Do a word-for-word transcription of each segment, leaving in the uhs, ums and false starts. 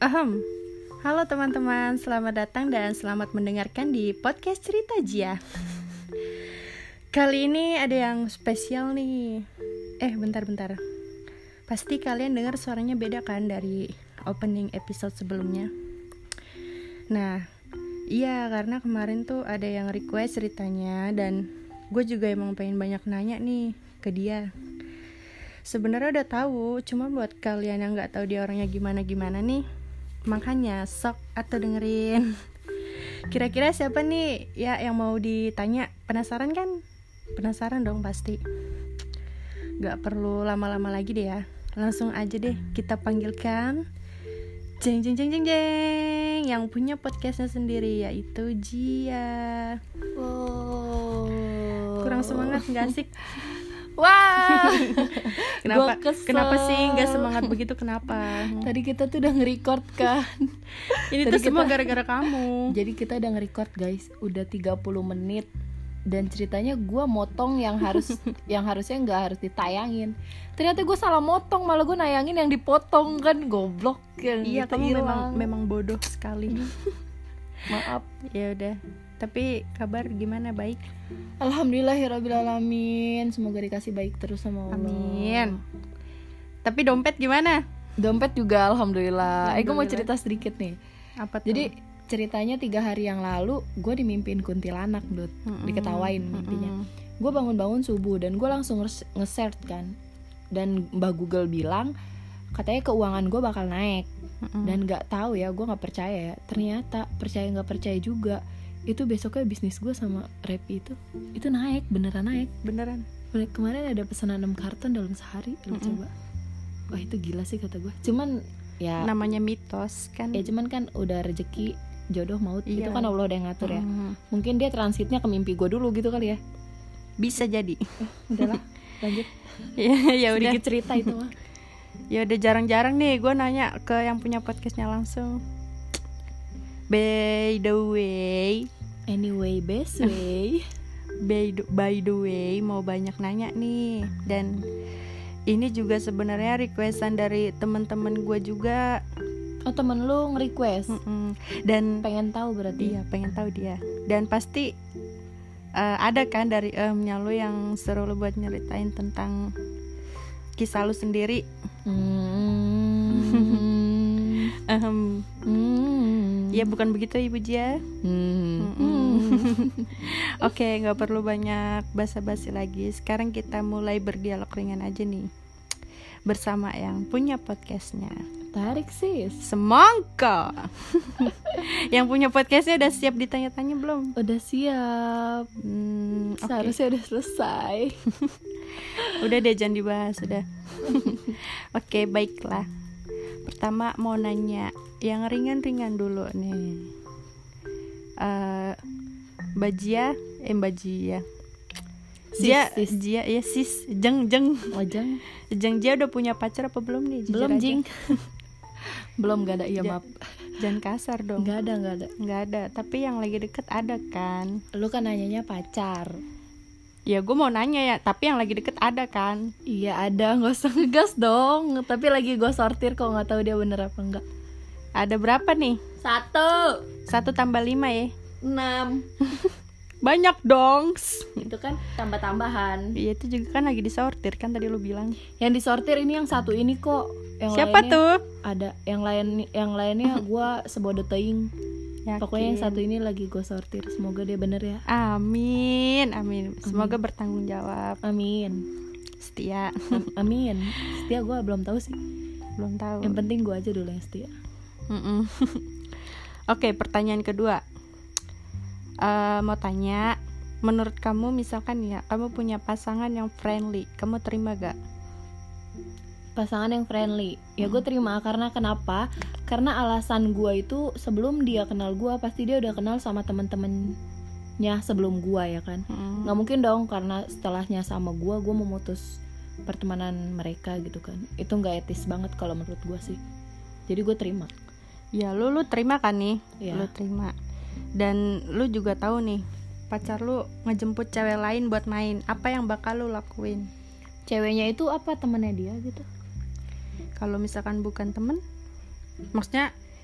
Ahem. Halo teman-teman, selamat datang dan selamat mendengarkan di podcast Cerita Jia. Kali ini ada yang spesial nih. Eh, bentar-bentar. Pasti kalian dengar suaranya beda kan dari opening episode sebelumnya. Nah, iya karena kemarin tuh ada yang request ceritanya dan gue juga emang pengen banyak nanya nih ke dia. Sebenarnya udah tahu, cuma buat kalian yang nggak tahu dia orangnya gimana-gimana nih, makanya sok atau dengerin. Kira-kira siapa nih ya yang mau ditanya? Penasaran kan? Penasaran dong pasti. Gak perlu lama-lama lagi deh ya. Langsung aja deh kita panggilkan jeng jeng jeng jeng jeng yang punya podcastnya sendiri, yaitu Jia. Oh. Kurang semangat gak sih? Wah. Kenapa? Kenapa sih nggak semangat begitu? Kenapa? Tadi kita tuh udah nge-record kan. Ini Tadi tuh semua kita- gara-gara kamu. Jadi kita udah nge-record guys, udah tiga puluh menit. Dan ceritanya gue motong yang harus yang harusnya nggak harus ditayangin. Ternyata gue salah motong, malah gue nayangin yang dipotong kan, goblok. Yang Iya, itu kamu hilang. memang memang bodoh sekali. Maaf. Ya udah. Tapi kabar gimana? Baik? Alhamdulillahirobbilalamin. Semoga dikasih baik terus sama Allah. Amin. Tapi dompet gimana? Dompet juga alhamdulillah. Eh gue mau Alhamdulillah. cerita sedikit nih. Apa tuh? Jadi ceritanya tiga hari yang lalu gue dimimpiin kuntilanak, Dut. Mm-mm. Diketawain mimpinya. Mm-mm. Gue bangun-bangun subuh dan gue langsung nge- nge-search kan. Dan Mbak Google bilang katanya keuangan gue bakal naik. Mm-mm. Dan nggak tahu ya, gue nggak percaya ya. Ternyata percaya nggak percaya juga, itu besoknya bisnis gue sama Rappi itu itu naik, beneran naik. Beneran? Kemarin ada pesanan enam karton dalam sehari. Lu Mm-mm. coba. Wah itu gila sih kata gue. Cuman ya Namanya mitos kan? ya cuman kan udah rezeki, jodoh maut. Iya. Itu kan Allah udah yang ngatur ya. Mm. Mungkin dia transitnya ke mimpi gue dulu gitu kali ya. Bisa jadi. Udahlah lanjut. Ya ya udah. Sedikit cerita itu mah. Ya udah jarang-jarang nih gue nanya ke yang punya podcastnya langsung. By the way, Anyway, best way. by the, by the way mau banyak nanya nih, dan ini juga sebenarnya requestan dari teman-teman gue juga. Oh temen lu nge-request. Mm-mm. Dan Pengen tahu berarti. iya pengen tahu dia, dan pasti eh, ada kan dari emnya lu yang seru lu buat nyeritain tentang kisah lu sendiri. Hmm. Ehem. Hmm. Ya bukan begitu Ibu Jia? Hmm. Mm-mm. Oke, nggak perlu banyak basa-basi lagi. Sekarang kita mulai berdialog ringan aja nih bersama yang punya podcastnya. Tarik sis. Semangka. Yang punya podcastnya udah siap ditanya-tanya belum? Udah siap. Hmm, oke. Seharusnya udah selesai. Udah deh, jangan dibahas udah. Oke, baiklah. Pertama mau nanya yang ringan-ringan dulu nih. Eh, Mbak Jia, eh Mbak Jia. Sis, Jia, sis. Jia, ya sis, jeng jeng. Ojang. Jeng Jia udah punya pacar apa belum nih? Jujur Belum aja. jing. Belum, gak ada. Iya Ja- maaf. Jangan kasar dong. Gak ada, gak ada. Nggak ada. Tapi yang lagi deket ada kan? Lu kan nanyanya pacar. Ya gue mau nanya ya. Tapi yang lagi deket ada kan? Iya ada, nggak usah ngegas dong. Tapi lagi gue sortir kok, nggak tahu dia bener apa enggak. Ada berapa nih? Satu. Satu tambah lima ya? Enam. Banyak dong. Itu kan tambah-tambahan. Iya itu juga kan lagi disortir kan tadi lu bilang. Yang disortir ini yang satu ini kok. Yang Siapa lainnya tuh? Ada. Yang lain, yang lainnya gue sebodoh teing. Yakin. Pokoknya yang satu ini lagi gue sortir. Semoga dia bener ya. Amin, amin. Semoga bertanggung jawab. Amin. Setia. Am- Amin. Setia gue belum tahu sih. Belum tahu. Yang penting gue aja dulu yang setia. Mm-mm. Oke, pertanyaan kedua. Eh, mau tanya, menurut kamu misalkan ya, kamu punya pasangan yang friendly, kamu terima gak? Pasangan yang friendly ya gue terima. Karena kenapa? Karena alasan gue itu sebelum dia kenal gue pasti dia udah kenal sama teman-temannya sebelum gue ya kan. Mm. Nggak mungkin dong karena setelahnya sama gue gue memutus pertemanan mereka gitu kan. Itu nggak etis banget kalau menurut gue sih. Jadi gue terima. Ya lu lu terima kan nih? Iya. Lu terima. Dan lu juga tahu nih, pacar lu ngejemput cewek lain buat main, apa yang bakal lu lakuin? Ceweknya itu apa, temennya dia gitu? Kalau misalkan bukan temen, maksudnya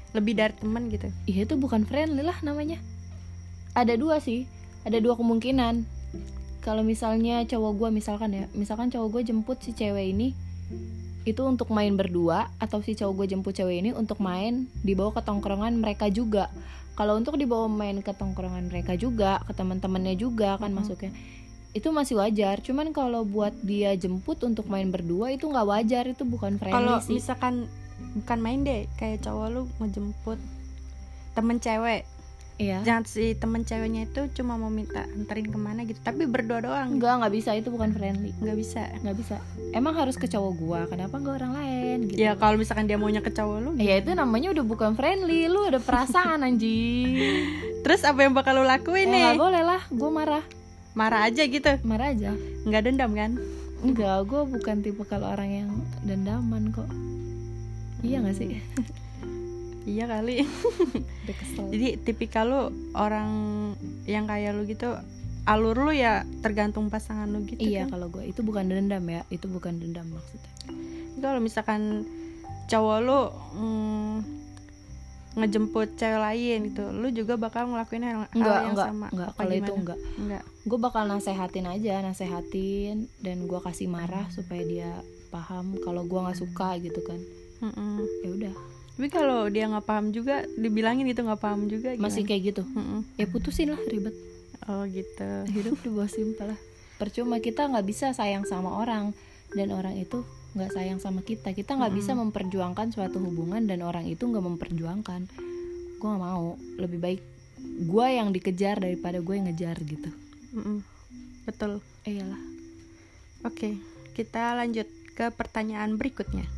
lebih dari teman gitu. Iya itu bukan friendly lah namanya. Ada dua sih, ada dua kemungkinan. Kalau misalnya cowok gue misalkan ya, misalkan cowok gue jemput si cewek ini itu untuk main berdua, atau si cowok gue jemput cewek ini untuk main dibawa ke tongkrongan mereka juga. Kalau untuk dibawa main ke tongkrongan mereka juga, ke teman-temannya juga kan mm-hmm. masuknya, itu masih wajar. Cuman kalau buat dia jemput untuk main berdua itu nggak wajar, itu bukan friendly kalo sih. Kalau misalkan bukan main deh, kayak cowok lu ngejemput temen cewek, iya. Jangan si temen ceweknya itu cuma mau minta anterin kemana gitu, tapi berdua doang. Enggak, nggak bisa, itu bukan friendly. Nggak bisa, nggak bisa. Emang harus ke cowok gua, kenapa nggak orang lain? Gitu. Ya kalau misalkan dia maunya ke cowok lu, ya itu namanya udah bukan friendly, lu ada perasaan anjing. Terus apa yang bakal lu lakuin ya, nih? Nggak boleh lah, gua marah. Marah aja gitu? Marah aja. Nggak dendam kan? Enggak, gua bukan tipe kalau orang yang dendaman kok. Iya nggak sih? Iya kali. Jadi tipikal lu orang yang kayak lu gitu, alur lu ya tergantung pasangan lu gitu. Iya kan? Kalau gue itu bukan dendam ya, itu bukan dendam maksudnya. Kalau misalkan cowok lu mm, ngejemput cewek lain gitu, lu juga bakal ngelakuin hal, enggak, hal yang enggak, sama. Enggak, kalau itu enggak. Enggak. Gue bakal nasehatin aja, nasehatin dan gue kasih marah supaya dia paham kalau gue nggak suka gitu kan. Ya udah. Tapi kalau dia nggak paham juga, dibilangin gitu nggak paham juga. Gimana? Masih kayak gitu. Mm-mm. Ya putusin lah, ribet. Oh gitu. Hidup dibawa simpel lah. Percuma, kita nggak bisa sayang sama orang dan orang itu nggak sayang sama kita. Kita nggak bisa memperjuangkan suatu hubungan dan orang itu nggak memperjuangkan. Gue nggak mau. Lebih baik gue yang dikejar daripada gue yang ngejar gitu. Mm-mm. Betul. Iyalah. Oke, kita lanjut ke pertanyaan berikutnya.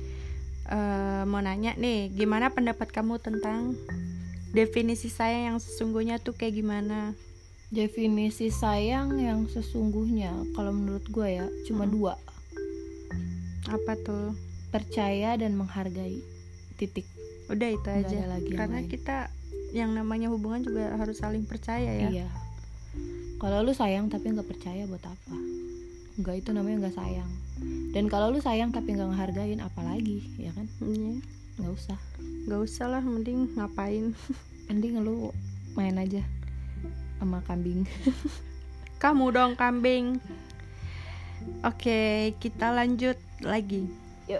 Uh, mau nanya nih, gimana pendapat kamu tentang definisi sayang yang sesungguhnya tuh kayak gimana? Definisi sayang yang sesungguhnya kalau menurut gue ya cuma hmm. dua. Apa tuh? Percaya dan menghargai. Titik. Udah itu Nggak aja. Karena lain. kita yang namanya hubungan juga harus saling percaya ya. Iya. Kalau lu sayang tapi nggak percaya buat apa? Nggak, itu namanya nggak sayang. Dan kalau lu sayang tapi nggak ngehargain, apalagi, ya kan? Iya. Nggak usah. Nggak usah lah, mending ngapain? Mending lu main aja sama kambing. Kamu dong kambing. Oke, kita lanjut lagi. Yuk.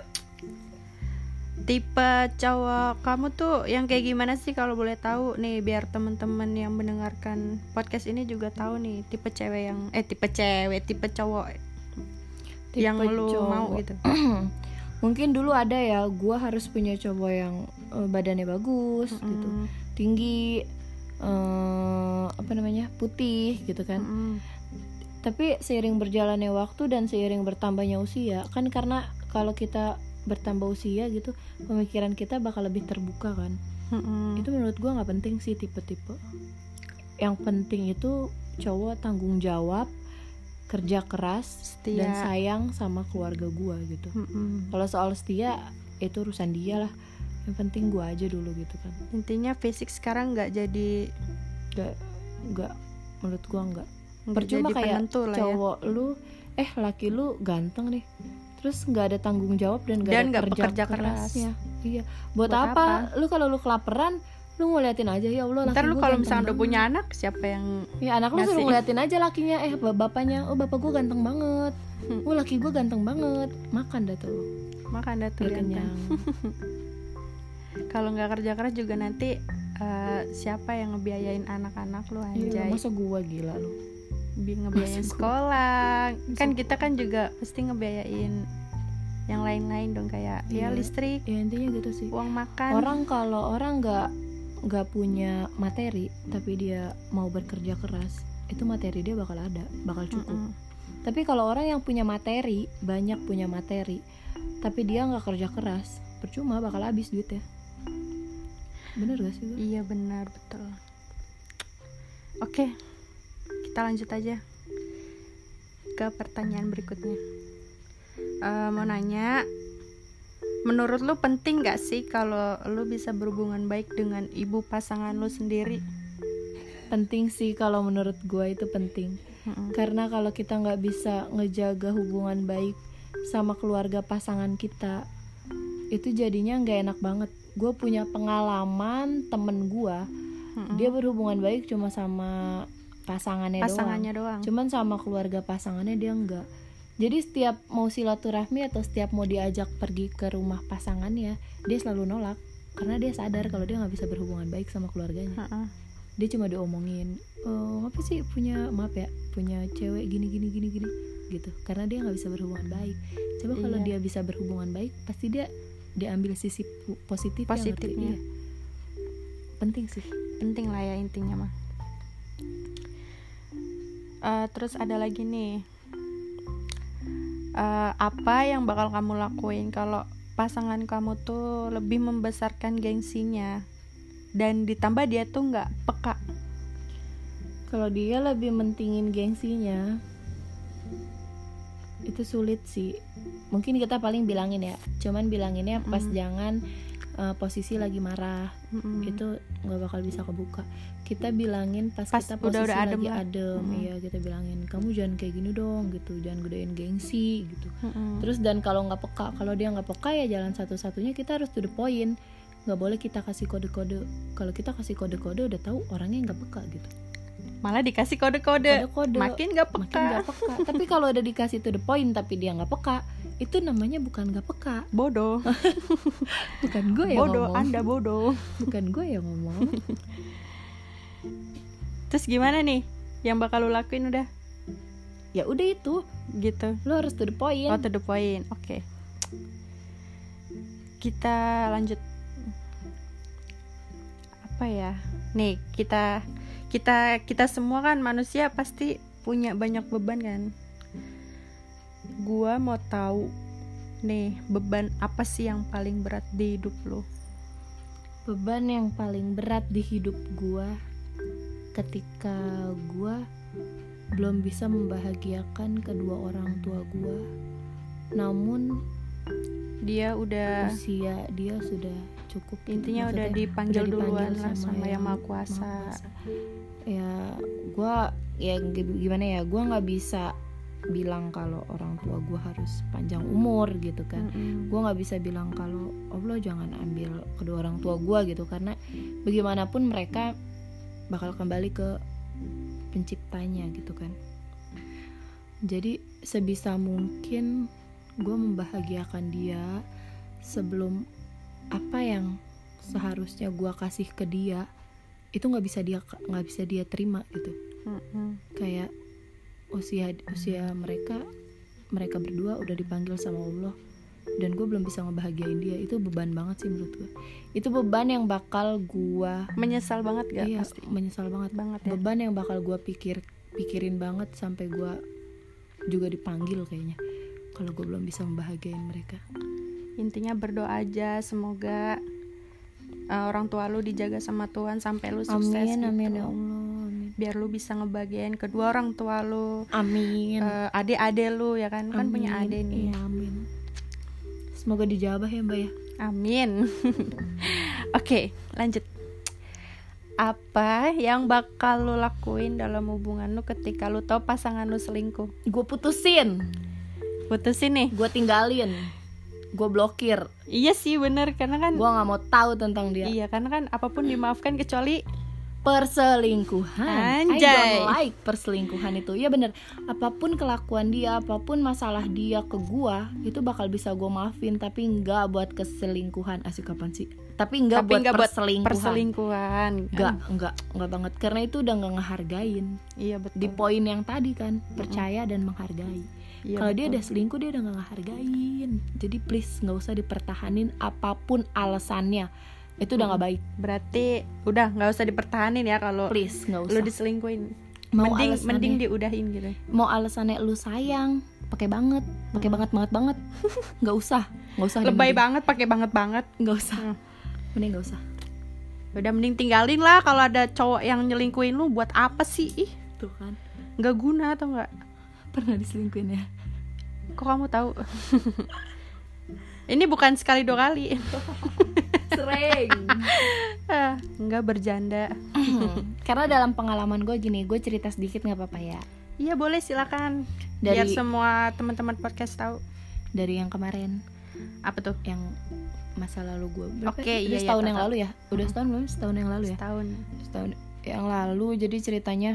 Tipe cowok kamu tuh yang kayak gimana sih kalau boleh tahu nih, biar teman-teman yang mendengarkan podcast ini juga tahu nih tipe cewek yang eh tipe cewek, tipe cowok tipe yang lu cowok. Mau gitu. Mungkin dulu ada ya, gue harus punya cowok yang uh, badannya bagus mm-hmm. gitu, tinggi, uh, apa namanya, putih gitu kan. Mm-hmm. Tapi seiring berjalannya waktu dan seiring bertambahnya usia, kan karena kalau kita bertambah usia gitu, pemikiran kita bakal lebih terbuka kan. Mm-hmm. Itu menurut gue nggak penting sih tipe-tipe. Yang penting itu cowok tanggung jawab, kerja keras, setia, dan sayang sama keluarga gue gitu. Mm-hmm. Kalau soal setia itu urusan dia lah. Yang penting gue aja dulu gitu kan. Intinya fisik sekarang nggak jadi, nggak nggak menurut gue nggak. Percuma kayak cowok ya. Lu eh laki lu ganteng nih, terus nggak ada tanggung jawab dan nggak ada kerja keras. Ya. Iya. Buat, Buat apa? apa? Lu kalau lu kelaparan, lu ngeliatin aja, ya Allah. Ntar lu kalau misalnya udah punya anak, siapa yang ya anak lu ngasih? Suruh ngeliatin aja lakinya, eh bapaknya, oh bapak gue ganteng banget, oh laki gue ganteng banget, makan dah tuh, makan dah tuh kenyang. Kalau nggak kerja keras juga nanti uh, siapa yang ngebiayain anak-anak lu, anjay. Iya, masa gue, gila lu ngebiayain sekolah. Kan kita kan juga pasti ngebiayain yang lain-lain dong, kayak iya. ya listrik, ya intinya gitu sih, uang makan. Orang kalau orang nggak nggak punya materi tapi dia mau bekerja keras, itu materi dia bakal ada, bakal cukup. Mm-mm. Tapi kalau orang yang punya materi, banyak punya materi, tapi dia nggak kerja keras, percuma, bakal habis duitnya. Bener gak sih gue? Iya benar, betul. Oke, kita lanjut aja ke pertanyaan berikutnya. Uh, mau nanya, menurut lu penting gak sih kalau lu bisa berhubungan baik dengan ibu pasangan lu sendiri? Penting sih, kalau menurut gue itu penting. Mm-hmm. Karena kalau kita gak bisa ngejaga hubungan baik sama keluarga pasangan kita, itu jadinya gak enak banget gue punya pengalaman temen gue, mm-hmm. dia berhubungan baik cuma sama pasangannya, pasangannya doang. doang. Cuman sama keluarga pasangannya dia enggak. Jadi setiap mau silaturahmi atau setiap mau diajak pergi ke rumah pasangannya, dia selalu nolak karena dia sadar kalau dia nggak bisa berhubungan baik sama keluarganya. Uh-uh. Dia cuma diomongin, oh, apa sih punya maaf ya punya cewek gini gini gini gini gitu, karena dia nggak bisa berhubungan baik. Coba iya. kalau dia bisa berhubungan baik, pasti dia diambil sisi positif positifnya. Penting sih, penting lah ya intinya mah. Uh, terus ada lagi nih, uh, apa yang bakal kamu lakuin kalau pasangan kamu tuh lebih membesarkan gengsinya dan ditambah dia tuh nggak peka? Kalau dia lebih mentingin gengsinya, itu sulit sih. Mungkin kita paling bilangin ya, cuman bilanginnya pas mm. jangan uh, posisi lagi marah, mm-hmm. itu nggak bakal bisa kebuka. Kita bilangin pas, pas kita posisi udah, udah adem lagi lah. adem, mm. ya kita bilangin kamu jangan kayak gini dong gitu, jangan gedein gengsi gitu. Mm-hmm. Terus dan kalau nggak peka, kalau dia nggak peka ya jalan satu-satunya kita harus to the point. Nggak boleh kita kasih kode-kode. Kalau kita kasih kode-kode udah tahu orangnya nggak peka gitu. Malah dikasih kode-kode, kode-kode. makin nggak peka. Makin nggak peka. Tapi kalau udah dikasih to the point tapi dia nggak peka, itu namanya bukan nggak peka, bodoh. Bukan gue yang bodoh, ngomong. Anda bodoh. Bukan gue yang ngomong. Terus gimana nih yang bakal lu lakuin? Udah ya udah itu gitu, lu harus to the point. Oh to the point, oke. Okay. Kita lanjut. Apa ya nih, kita kita kita semua kan manusia pasti punya banyak beban kan. Gua mau tahu nih, beban apa sih yang paling berat di hidup lu? Beban yang paling berat di hidup gua ketika gua belum bisa membahagiakan kedua orang tua gua, namun dia udah usia dia sudah cukup. Intinya udah dipanggil, udah dipanggil duluan lah sama, sama yang Maha Kuasa. Maha Kuasa. Ya gua ya gimana ya, gua nggak bisa bilang kalau orang tua gue harus panjang umur gitu kan. Mm-hmm. Gue nggak bisa bilang kalau Allah jangan ambil kedua orang tua gue gitu, karena bagaimanapun mereka bakal kembali ke penciptanya gitu kan. Jadi sebisa mungkin gue membahagiakan dia sebelum apa yang seharusnya gue kasih ke dia itu nggak bisa dia nggak bisa dia terima gitu. Mm-hmm. Kayak usia usia mereka mereka berdua udah dipanggil sama Allah dan gue belum bisa ngebahagiain dia. Itu beban banget sih menurut gue. Itu beban yang bakal gue menyesal banget gak? Iya, pasti menyesal banget banget ya? Beban yang bakal gue pikir pikirin banget sampai gue juga dipanggil kayaknya kalau gue belum bisa membahagiain mereka. Intinya berdoa aja, semoga uh, orang tua lu dijaga sama Tuhan sampai lu sukses. Amin, gitu. Amin ya Allah. Biar lu bisa ngebahagiain kedua orang tua lu. Amin. Uh, adik-adik lu ya kan, amin. Kan punya adik nih. Ya, amin. Semoga dijabah ya Mbak ya. Amin. Oke, okay, lanjut. Apa yang bakal lu lakuin dalam hubungan lu ketika lu tahu pasangan lu selingkuh? Gue putusin. Putusin nih. Gue tinggalin. Gue blokir. Iya sih bener, karena kan gue nggak mau tahu tentang dia. Iya, karena kan apapun dimaafkan kecuali perselingkuhan. Anjay. I don't like perselingkuhan itu. Iya bener, apapun kelakuan dia, apapun masalah dia ke gua, itu bakal bisa gua maafin, tapi enggak buat keselingkuhan. Asik kapan sih? Tapi enggak tapi buat enggak perselingkuhan. Buat perselingkuhan. Enggak, enggak, enggak banget. Karena itu udah enggak ngehargain. Iya betul. Di poin yang tadi kan, percaya mm-hmm. dan menghargai. Iya, kalau dia udah selingkuh, dia udah enggak ngehargain. Jadi please enggak usah dipertahanin apapun alasannya. Itu udah nggak baik. Berarti udah nggak usah dipertahanin ya kalau please nggak usah. Lu diselingkuhin. Mau mending alasannya, mending diudahin gitu. Mau alasannya lu sayang, pakai banget, pakai hmm. banget banget banget. Nggak usah, nggak usah. Lebay banget, pakai banget banget. Nggak usah. Hmm. Mending nggak usah. Udah mending tinggalin lah. Kalau ada cowok yang nyelingkuhin lu, buat apa sih? Ih, tuh kan. Nggak guna atau nggak? Pernah diselingkuhin ya? Kok kamu tahu? Ini bukan sekali dua kali. Sering. ah, Enggak bercanda. Karena dalam pengalaman gue gini, gue cerita sedikit gak apa-apa ya? Iya boleh, silakan. Dari, biar semua teman-teman podcast tahu. Dari yang kemarin, Apa tuh? Yang masa lalu gue. Oke, okay, iya, setahun iya, yang lalu ya. Udah setahun belum? Setahun yang lalu ya. Setahun. Setahun yang lalu. Jadi ceritanya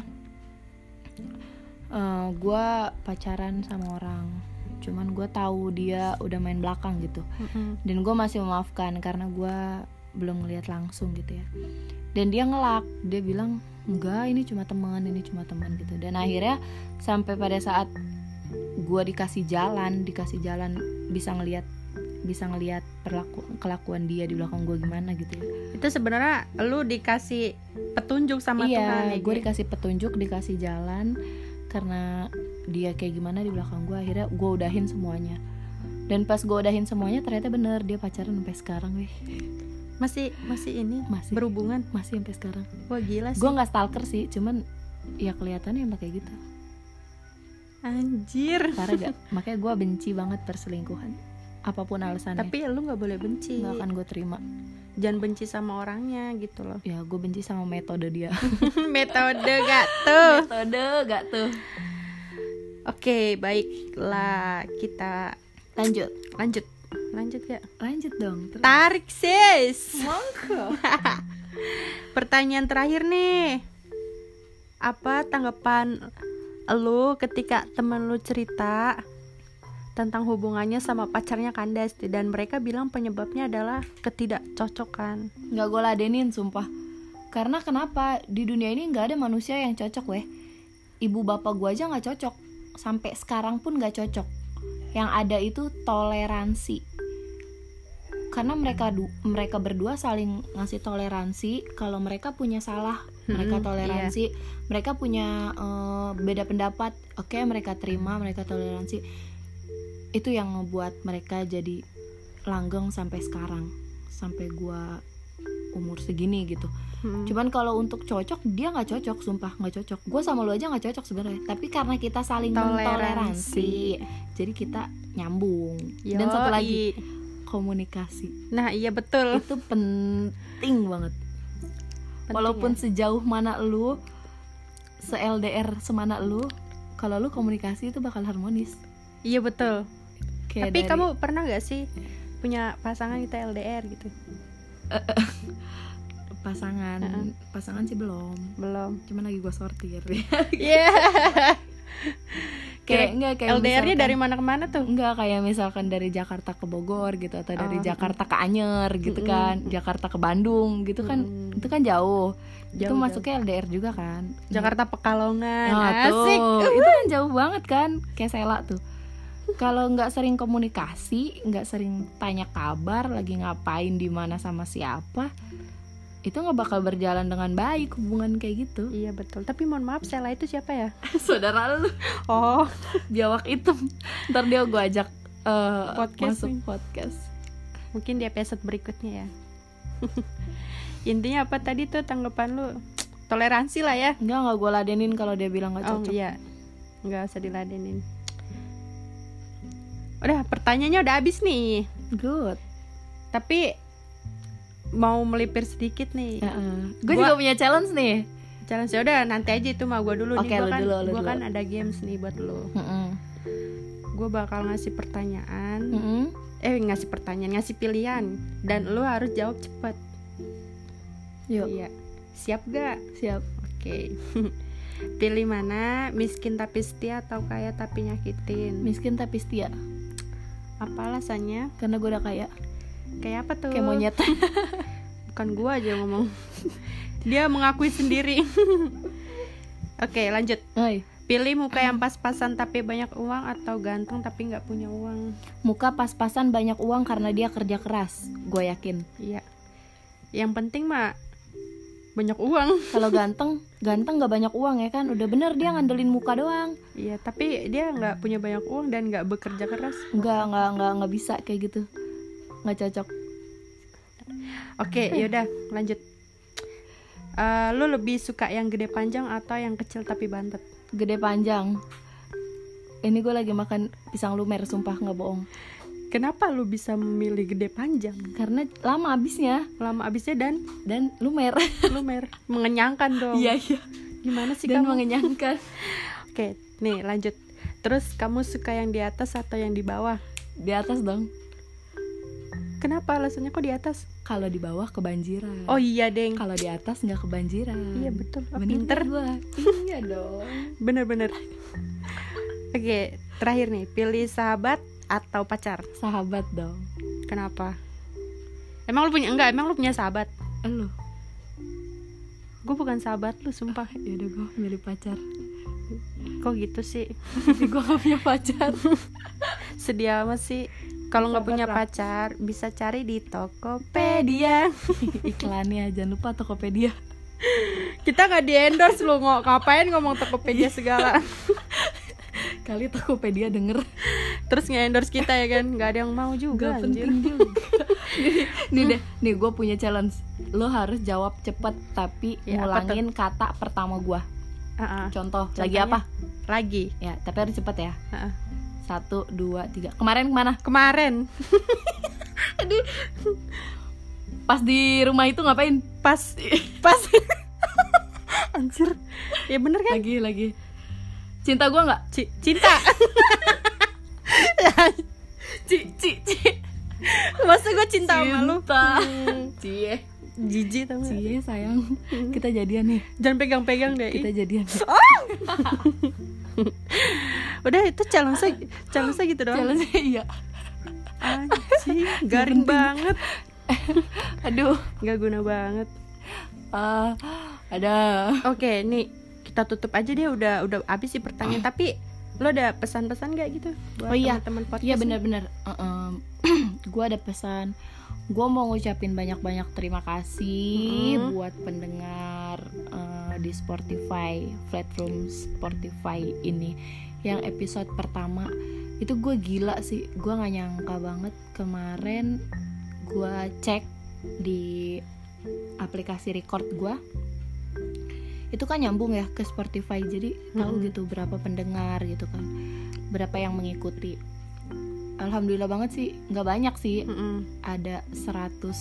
uh, gue pacaran sama orang. Cuman gue tahu dia udah main belakang gitu. Mm-hmm. Dan gue masih memaafkan karena gue belum ngeliat langsung gitu ya. Dan dia ngelak, dia bilang enggak, ini cuma teman, ini cuma teman gitu. Dan akhirnya sampai pada saat gue dikasih jalan, dikasih jalan bisa ngelihat bisa ngelihat perlaku kelakuan dia di belakang gue gimana gitu ya. Itu sebenarnya lu dikasih petunjuk sama iya, Tuhan. Iya, gue dikasih petunjuk, dikasih jalan karena dia kayak gimana di belakang gue. Akhirnya gue udahin semuanya. Dan pas gue udahin semuanya ternyata bener dia pacaran sampai sekarang, weh. Masih masih ini masih berhubungan masih sampai sekarang. Wah gila sih. Gue nggak stalker sih, cuman ya kelihatannya emang kayak gitu. Anjir. Parah gak? Makanya gue benci banget perselingkuhan. Apapun alasannya. Tapi lu nggak boleh benci. Nggak akan gue terima. Jangan benci sama orangnya gitu loh. Ya gue benci sama metode dia. Metode gak tuh? Metode gak tuh? Oke, baiklah kita lanjut. Lanjut. Lanjut gak? Lanjut dong. Terus. Tarik sis. Monggo. Pertanyaan terakhir nih. Apa tanggapan lu ketika teman lu cerita tentang hubungannya sama pacarnya kandas dan mereka bilang penyebabnya adalah ketidakcocokan? Gak gue ladenin sumpah. Karena kenapa? Di dunia ini gak ada manusia yang cocok weh. Ibu bapak gue aja gak cocok. Sampai sekarang pun gak cocok. Yang ada itu toleransi. Karena mereka du- mereka berdua saling ngasih toleransi. Kalau mereka punya salah, mereka toleransi. Iya. Mereka punya uh, beda pendapat, oke okay, mereka terima, mereka toleransi. Itu yang ngebuat mereka jadi langgeng sampai sekarang, sampai gua umur segini gitu. Hmm. Cuman kalau untuk cocok, dia nggak cocok, sumpah nggak cocok. Gua sama lu aja nggak cocok sebenarnya. Tapi karena kita saling mentoleransi, jadi kita nyambung. Yoi. Dan satu lagi, komunikasi. Nah iya betul. Itu penting banget. Penting, walaupun ya? Sejauh mana lu, se-L D R semana lu, kalau lu komunikasi itu bakal harmonis. Iya betul. Kayak tapi dari... kamu pernah gak sih punya pasangan kita L D R gitu? Pasangan, uh-uh. pasangan sih belum. Belum. Cuman lagi gue sortir. Iya. Yeah. Kayak enggak kayak L D R-nya dari mana ke mana tuh? Enggak, kayak misalkan dari Jakarta ke Bogor gitu, atau dari oh. Jakarta ke Anyer gitu mm-hmm. kan, Jakarta ke Bandung gitu kan, mm-hmm. itu kan jauh. jauh itu masuknya jauh. L D R juga kan. Jakarta Pekalongan. Nah, asik. Tuh. Itu kan jauh banget kan, kayak Sela tuh. Kalau nggak sering komunikasi, nggak sering tanya kabar, lagi ngapain di mana sama siapa, itu nggak bakal berjalan dengan baik hubungan kayak gitu. Iya betul. Tapi mohon maaf, Sela itu siapa ya? Saudara lu. Oh, biawak hitam. Ntar dia gue ajak uh, podcast masuk nih. podcast. Mungkin di episode berikutnya ya. Intinya apa tadi tuh tanggapan lu? Toleransi lah ya. Enggak, nggak gue ladenin kalau dia bilang nggak cocok. Oh iya, nggak usah diladenin. Udah, pertanyaannya udah habis nih. Good. Tapi mau melipir sedikit nih. Uh-uh. Gue juga punya challenge nih. Challenge udah nanti aja itu mah gue dulu okay, nih. Gue kan, gue kan ada games nih buat lo. Uh-uh. Gue bakal ngasih pertanyaan. Uh-uh. Eh ngasih pertanyaan, ngasih pilihan, dan lo harus jawab cepat. Yuk. Iya. Siap gak? Siap. Oke. Okay. Pilih mana? Miskin tapi setia atau kaya tapi nyakitin? Miskin tapi setia. Apa alasannya? Karena gue udah kaya. Kayak apa tuh? Kayak monyet. Bukan gue aja ngomong. Dia mengakui sendiri. Oke, lanjut. Oi. Pilih muka yang pas-pasan tapi banyak uang atau ganteng tapi nggak punya uang? Muka pas-pasan banyak uang karena dia kerja keras. Gue yakin. Iya. Yang penting mah banyak uang. Kalau ganteng, ganteng nggak banyak uang ya kan? Udah bener dia ngandelin muka doang. Iya, tapi dia nggak punya banyak uang dan nggak bekerja keras. Nggak, nggak, nggak, nggak bisa kayak gitu. Nggak cocok. Oke, yaudah lanjut. Uh, lu lebih suka yang gede panjang atau yang kecil tapi bantet? Gede panjang. Ini gue lagi makan pisang lumer, sumpah nggak bohong. Kenapa lu bisa memilih gede panjang? Karena lama habisnya. Lama habisnya dan dan lumer. Lumer. Mengenyangkan dong. Iya iya. Gimana sih dan kamu? mengenyangkan. Oke, nih lanjut. Terus kamu suka yang di atas atau yang di bawah? Di atas dong. Kenapa alasannya kok di atas? Kalau di bawah kebanjiran. Oh iya deng. Kalau di atas nggak kebanjiran. Iya betul. Oh, Bener pinter. gua. Iya dong. Bener-bener. Oke, terakhir nih, pilih sahabat atau pacar? Sahabat dong. Kenapa? Emang lu punya enggak? Emang lu punya sahabat? Elu. Gue bukan sahabat lu, sumpah. Ya udah gue milih pacar. Kok gitu sih? Tapi gue gak punya pacar. Sedih amat sih. Kalau nggak punya Sahabat lah. pacar, bisa cari di Tokopedia. Iklannya jangan lupa Tokopedia. Kita nggak di endorse lu, nggak ngapain ngomong Tokopedia segala. Kali Tokopedia denger. Terus nge-endorse kita ya kan? Nggak ada yang mau juga. Gak anjir. penting juga. Nih deh, nih gue punya challenge. Lo harus jawab cepet tapi Ya, apa ngulangin kata pertama gue. Uh-uh. Contoh, lagi Contohnya? apa? Lagi. Ya, tapi harus cepet ya. Uh-uh. Satu, dua, tiga. Kemarin kemana? Kemarin Pas di rumah itu ngapain? pas pas anjir. Ya bener kan? Lagi, lagi. Cinta gue nggak? C- cinta. Ci, ci, ci. Masa gue cinta sama lu? Cinta. Hmm, Cie, Jijik tau gak? cie sayang. Kita jadian nih. Jangan pegang-pegang deh. Kita jadian. Udah itu challenge challenge gitu doang. Challenge iya. Anjing, garing banget. Aduh. Gak guna banget. Ah, ada. Oke, nih kita tutup aja deh, udah udah habis sih pertanyaan. Tapi lo ada pesan-pesan gak gitu buat Oh iya. teman-teman podcast? Iya nih? benar-benar. Uh-um. Gue ada pesan. Gue mau ngucapin banyak-banyak terima kasih Mm-hmm. buat pendengar uh, di Spotify, platform Spotify ini. Yang episode pertama itu gue gila sih. Gue nggak nyangka banget kemarin gue cek di aplikasi record gue. Itu kan nyambung ya ke Spotify, jadi tahu Mm-hmm. gitu berapa pendengar gitu kan, berapa yang mengikuti. Alhamdulillah banget sih, nggak banyak sih, Mm-mm. ada seratus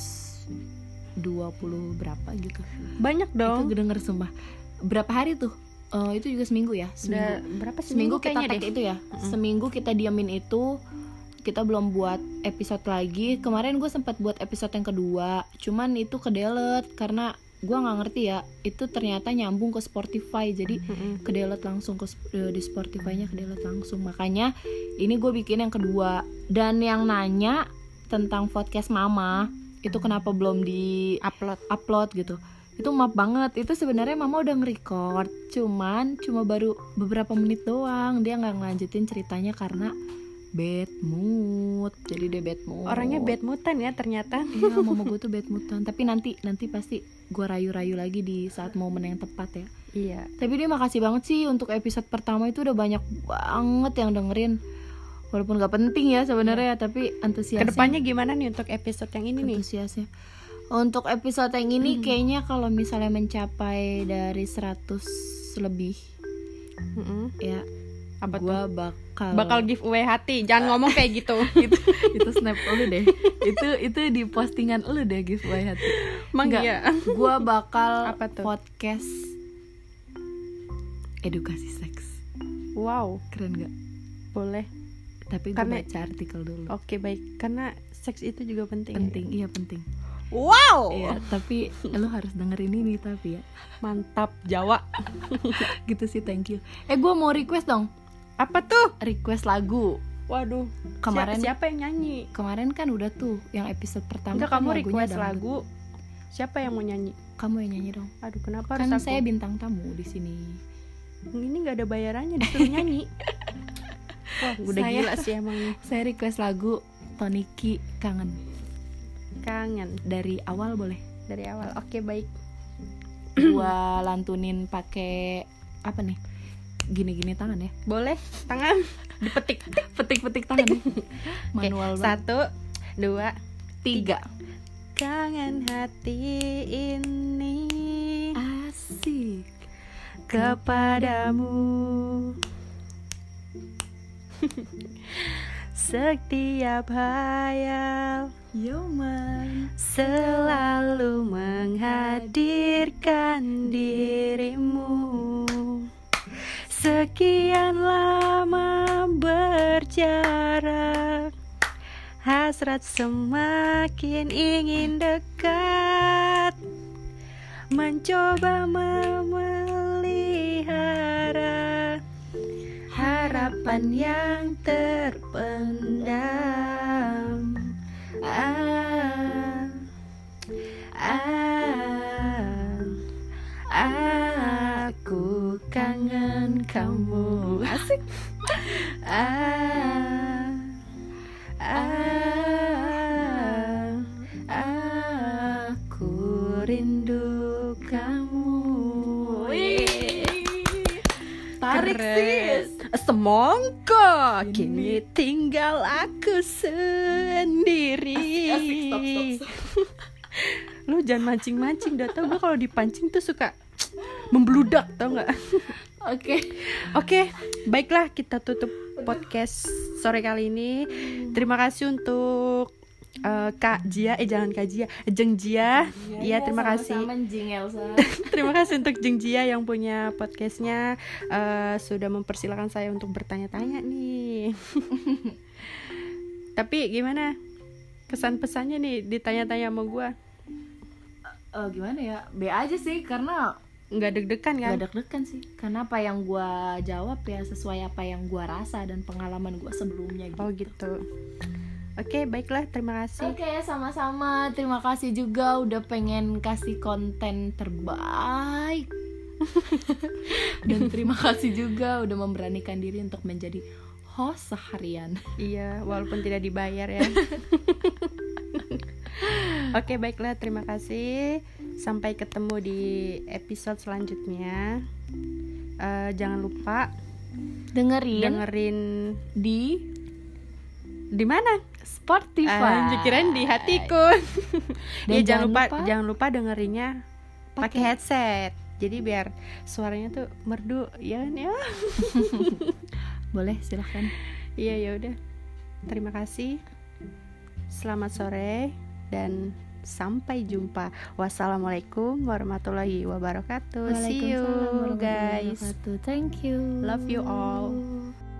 dua puluh berapa gitu. Banyak Itu dong. kedenger sumpah. Berapa hari tuh? Eh, itu juga seminggu ya, seminggu. Udah berapa Seminggu seminggu, kita kayaknya tag deh. itu ya. Seminggu kita diamin itu. Kita belum buat episode lagi. Kemarin gue sempat buat episode yang kedua, cuman itu ke-delete karena gue nggak ngerti ya. Itu ternyata nyambung ke Spotify, jadi Mm-mm. ke-delete langsung ke sp- di Spotify-nya ke-delete langsung. Makanya ini gue bikin yang kedua. Dan yang nanya tentang podcast Mama itu kenapa belum di Upload. upload gitu, itu maaf banget. Itu sebenarnya Mama udah nge-record, cuman cuma baru beberapa menit doang. Dia nggak ngelanjutin ceritanya karena bad mood. Jadi dia bad mood. Orangnya bad moodan ya ternyata. Iya, Mama gue tuh bad moodan. Tapi nanti nanti pasti gue rayu-rayu lagi di saat momen yang tepat ya. Iya. Tapi dia makasih banget sih untuk episode pertama itu udah banyak banget yang dengerin. Walaupun gak penting ya sebenarnya, tapi antusiasnya. Kedepannya gimana nih untuk episode yang ini nih? Antusiasnya. Untuk episode yang ini kayaknya kalau misalnya mencapai dari seratus lebih Mm-mm. ya, Apa gua bakal Bakal giveaway hati. Jangan ngomong kayak gitu. itu itu snap lu deh. itu itu di postingan lu deh giveaway hati. Emang Enggak, iya. gua bakal Apa tuh? podcast edukasi seks. Wow, Keren gak? boleh. Tapi gue Karena- baca artikel dulu. Oke, baik. Karena seks itu juga penting. Penting, iya penting. Wow. Iya, tapi lu harus dengerin ini tapi ya. Mantap Jawa. Gitu sih, thank you. Eh, gue mau request dong. Apa tuh? Request lagu. Waduh. Kemarin Si- siapa yang nyanyi? kemarin kan udah tuh yang episode pertama. Enggak, kan kamu lagunya request dangdut. lagu. Siapa yang mau nyanyi? Kamu yang nyanyi dong. Aduh, kenapa Kan harus aku? saya bintang tamu di sini. Ini nggak ada bayarannya disuruh nyanyi. Wah, udah Saya- gila sih emang nih. Saya request lagu Toniki Kangen. Kangen Dari awal boleh. dari awal. Oke, baik. Gua lantunin pakai apa nih? Gini-gini tangan ya. Boleh. Tangan dipetik. Petik-petik tangan ya. Oke, Manual banget. satu, dua, Tiga. kangen hati ini Asik. kepadamu. Setiap hayal Yoman. selalu menghadirkan dirimu. Sekian lama berjarak, hati hasrat semakin ingin dekat, mencoba memelihara harapan yang terpendam. Ah, ah, aku kangen kamu. Asik. Ah, ah, aku rindu kamu. Tarik sis. Semongko, kini tinggal aku sendiri. Asik, stop, stop, stop. Lu jangan mancing-mancing, dah tau gue kalau dipancing tuh suka membludak, tau nggak? Oke. Oke, baiklah kita tutup podcast sore kali ini. Terima kasih untuk uh, Kak Jia, eh jangan Kak Jia, Jeng Jia. Iya, terima kasih. Sama-sama Jing Elsa. Terima kasih untuk Jeng Jia yang punya podcastnya, uh, sudah mempersilahkan saya untuk bertanya-tanya nih. Tapi gimana kesan-pesannya nih ditanya-tanya sama gue? Uh, gimana ya? B aja sih, karena Nggak deg-degan kan? nggak deg-degan sih. Karena apa yang gue jawab ya sesuai apa yang gue rasa dan pengalaman gue sebelumnya gitu. Oh gitu. Oke, baiklah, terima kasih. Oke, sama-sama. Terima kasih juga udah pengen kasih konten terbaik. Dan terima kasih juga udah memberanikan diri untuk menjadi host seharian. Iya, walaupun tidak dibayar ya. Oke, baiklah, terima kasih. Sampai ketemu di episode selanjutnya. Uh, jangan lupa dengerin dengerin di di mana? Spotify. Uh, kirain di hatiku. Dan Ya, jangan jangan lupa, lupa jangan lupa dengerinnya pakai headset. Jadi biar suaranya tuh merdu, ya kan ya. Boleh, silahkan. Iya, ya udah. Terima kasih. Selamat sore dan sampai jumpa. Wassalamualaikum warahmatullahi wabarakatuh. See you guys. Thank you. Love you all.